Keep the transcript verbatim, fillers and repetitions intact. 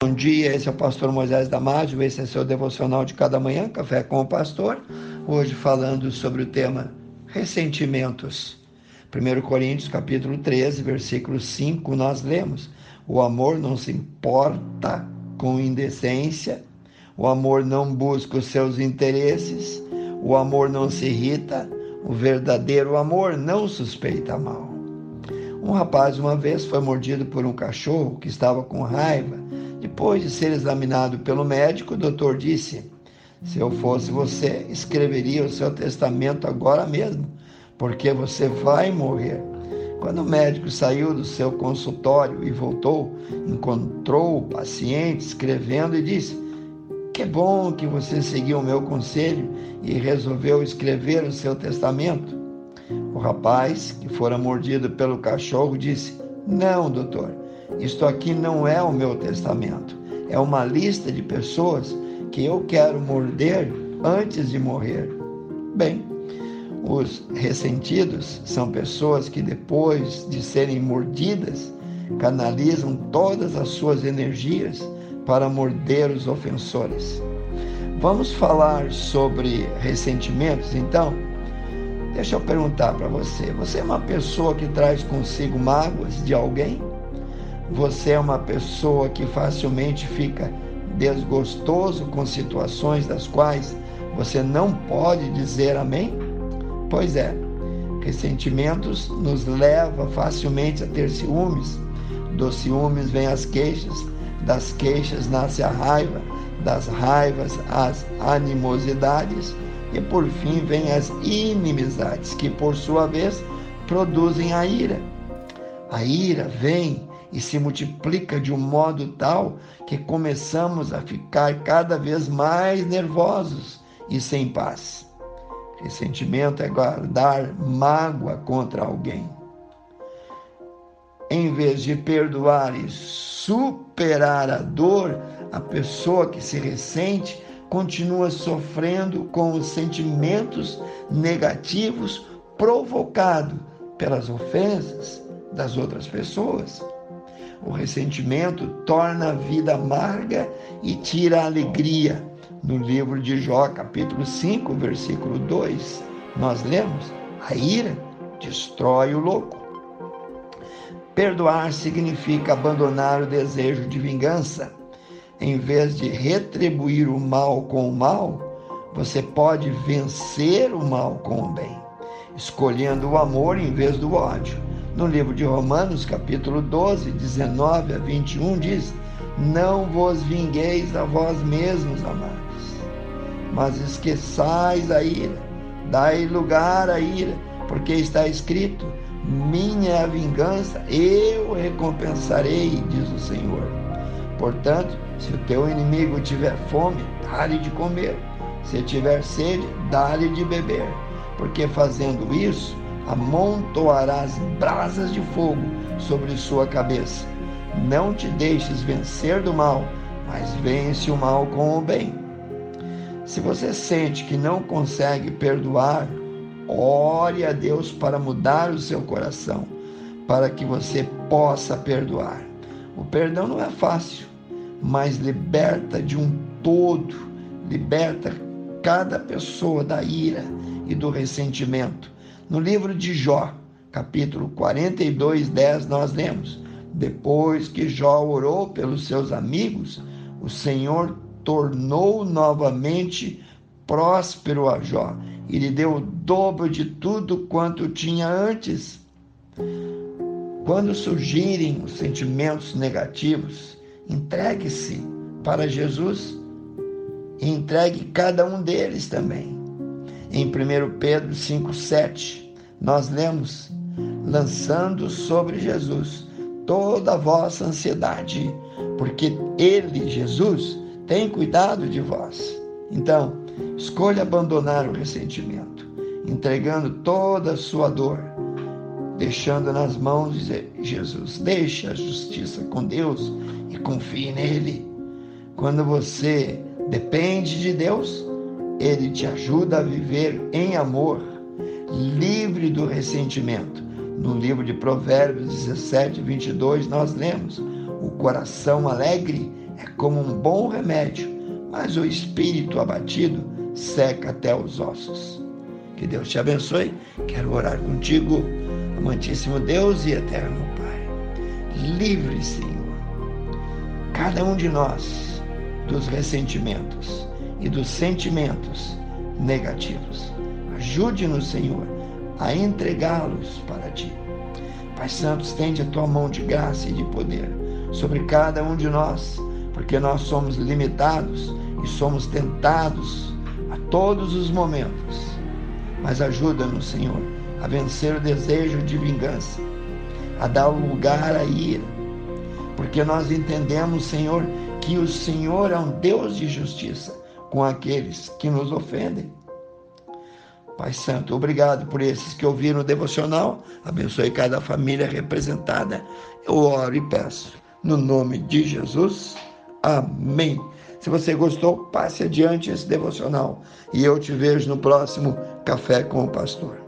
Bom dia, esse é o pastor Moisés Damásio, esse é seu devocional de cada manhã, Café com o Pastor, hoje falando sobre o tema ressentimentos. primeiro Coríntios capítulo treze, versículo cinco, nós lemos: o amor não se importa com indecência, o amor não busca os seus interesses, o amor não se irrita, o verdadeiro amor não suspeita mal. Um rapaz uma vez foi mordido por um cachorro que estava com raiva. Depois de ser examinado pelo médico, o doutor disse: se eu fosse você, escreveria o seu testamento agora mesmo, porque você vai morrer. Quando o médico saiu do seu consultório e voltou, encontrou o paciente escrevendo e disse: que bom que você seguiu o meu conselho e resolveu escrever o seu testamento. O rapaz, que fora mordido pelo cachorro, disse: não, doutor, isto aqui não é o meu testamento. É uma lista de pessoas que eu quero morder antes de morrer. Bem, os ressentidos são pessoas que, depois de serem mordidas, canalizam todas as suas energias para morder os ofensores. Vamos falar sobre ressentimentos, então? Deixa eu perguntar para você: você é uma pessoa que traz consigo mágoas de alguém? Você é uma pessoa que facilmente fica desgostoso com situações das quais você não pode dizer amém? Pois é, ressentimentos nos leva facilmente a ter ciúmes. Dos ciúmes vêm as queixas, das queixas nasce a raiva, das raivas as animosidades e por fim vêm as inimizades, que por sua vez produzem a ira. A ira vem e se multiplica de um modo tal que começamos a ficar cada vez mais nervosos e sem paz. Ressentimento é guardar mágoa contra alguém. Em vez de perdoar e superar a dor, a pessoa que se ressente continua sofrendo com os sentimentos negativos provocados pelas ofensas das outras pessoas. O ressentimento torna a vida amarga e tira a alegria. No livro de Jó, capítulo cinco, versículo dois, nós lemos: a ira destrói o louco. Perdoar significa abandonar o desejo de vingança. Em vez de retribuir o mal com o mal, você pode vencer o mal com o bem, escolhendo o amor em vez do ódio. No livro de Romanos, capítulo doze, dezenove a vinte e um, diz: não vos vingueis a vós mesmos, amados, mas esqueçais a ira, dai lugar à ira, porque está escrito: minha é a vingança, eu recompensarei, diz o Senhor. Portanto, se o teu inimigo tiver fome, dá-lhe de comer, se tiver sede, dá-lhe de beber, porque fazendo isso, amontoarás brasas de fogo sobre sua cabeça. Não te deixes vencer do mal, mas vence o mal com o bem. Se você sente que não consegue perdoar, ore a Deus para mudar o seu coração, para que você possa perdoar. O perdão não é fácil, mas liberta de um todo, liberta cada pessoa da ira e do ressentimento. No livro de Jó, capítulo quarenta e dois, dez, nós lemos: depois que Jó orou pelos seus amigos, o Senhor tornou novamente próspero a Jó e lhe deu o dobro de tudo quanto tinha antes. Quando surgirem os sentimentos negativos, entregue-se para Jesus e entregue cada um deles também. Em primeiro Pedro cinco, sete, nós lemos: lançando sobre Jesus toda a vossa ansiedade, porque Ele, Jesus, tem cuidado de vós. Então, escolha abandonar o ressentimento, entregando toda a sua dor, deixando nas mãos de Jesus. Deixe a justiça com Deus e confie nele. Quando você depende de Deus, Ele te ajuda a viver em amor, livre do ressentimento. No livro de Provérbios dezessete, vinte e dois, nós lemos: o coração alegre é como um bom remédio, mas o espírito abatido seca até os ossos. Que Deus te abençoe. Quero orar contigo, amantíssimo Deus e eterno Pai. Livre, Senhor, cada um de nós dos ressentimentos e dos sentimentos negativos. Ajude-nos, Senhor, a entregá-los para Ti. Pai Santo, estende a Tua mão de graça e de poder sobre cada um de nós, porque nós somos limitados e somos tentados a todos os momentos. Mas ajuda-nos, Senhor, a vencer o desejo de vingança, a dar lugar à ira, porque nós entendemos, Senhor, que o Senhor é um Deus de justiça com aqueles que nos ofendem. Pai Santo, obrigado por esses que ouviram o devocional. Abençoe cada família representada. Eu oro e peço, no nome de Jesus. Amém. Se você gostou, passe adiante esse devocional. E eu te vejo no próximo Café com o Pastor.